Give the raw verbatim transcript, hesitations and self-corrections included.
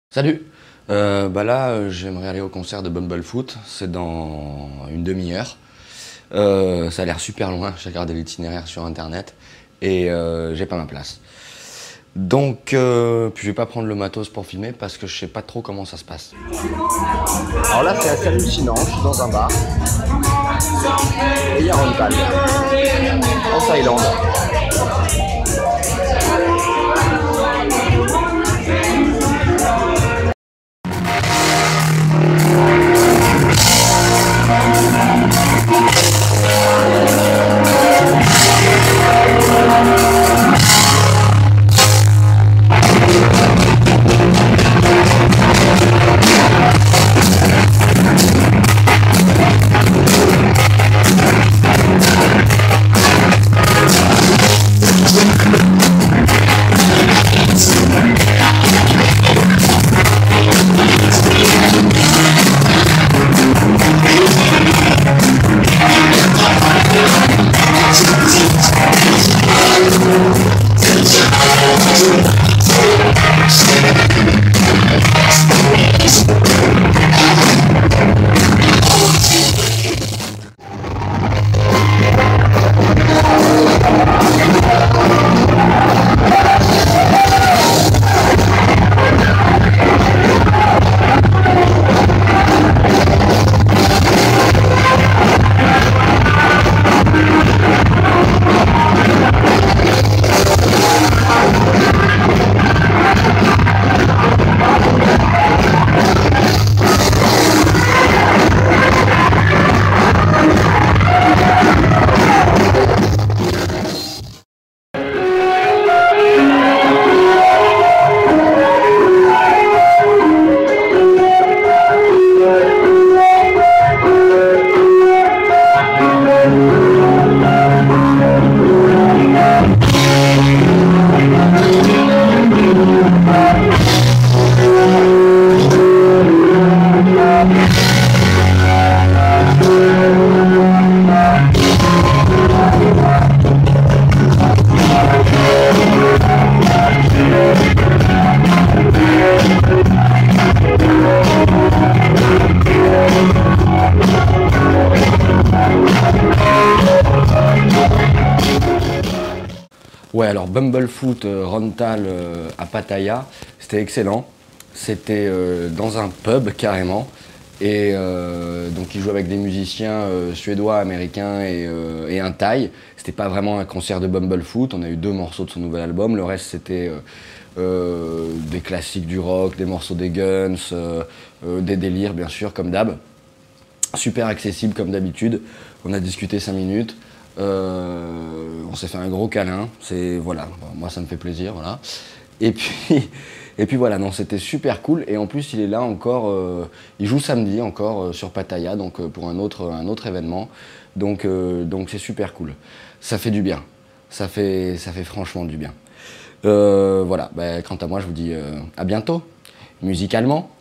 Salut. Euh, bah là, euh, j'aimerais aller au concert de Bumblefoot, c'est dans une demi-heure. Euh, ça a l'air super loin, j'ai regardé l'itinéraire sur internet et euh, j'ai pas ma place. Donc, euh, puis je vais pas prendre le matos pour filmer parce que je sais pas trop comment ça se passe. Alors là, c'est assez hallucinant, je suis dans un bar et il y a Rontal en Thaïlande. Ouais, alors Bumblefoot, euh, Rontal euh, à Pattaya, c'était excellent. C'était euh, dans un pub carrément. Et euh, donc ils jouaient avec des musiciens euh, suédois, américains et, euh, et un Thaï. C'était pas vraiment un concert de Bumblefoot, on a eu deux morceaux de son nouvel album. Le reste c'était euh, euh, des classiques du rock, des morceaux des Guns, euh, euh, des délires bien sûr comme d'hab. Super accessible comme d'habitude. On a discuté cinq minutes. Euh, on s'est fait un gros câlin, c'est voilà, moi ça me fait plaisir, voilà. Et puis, et puis voilà, non, c'était super cool. Et en plus, il est là encore, euh, il joue samedi encore euh, sur Pattaya, donc euh, pour un autre, un autre événement. Donc, euh, donc c'est super cool. Ça fait du bien, ça fait, ça fait franchement du bien. Euh, voilà, bah, quant à moi, je vous dis euh, à bientôt, musicalement.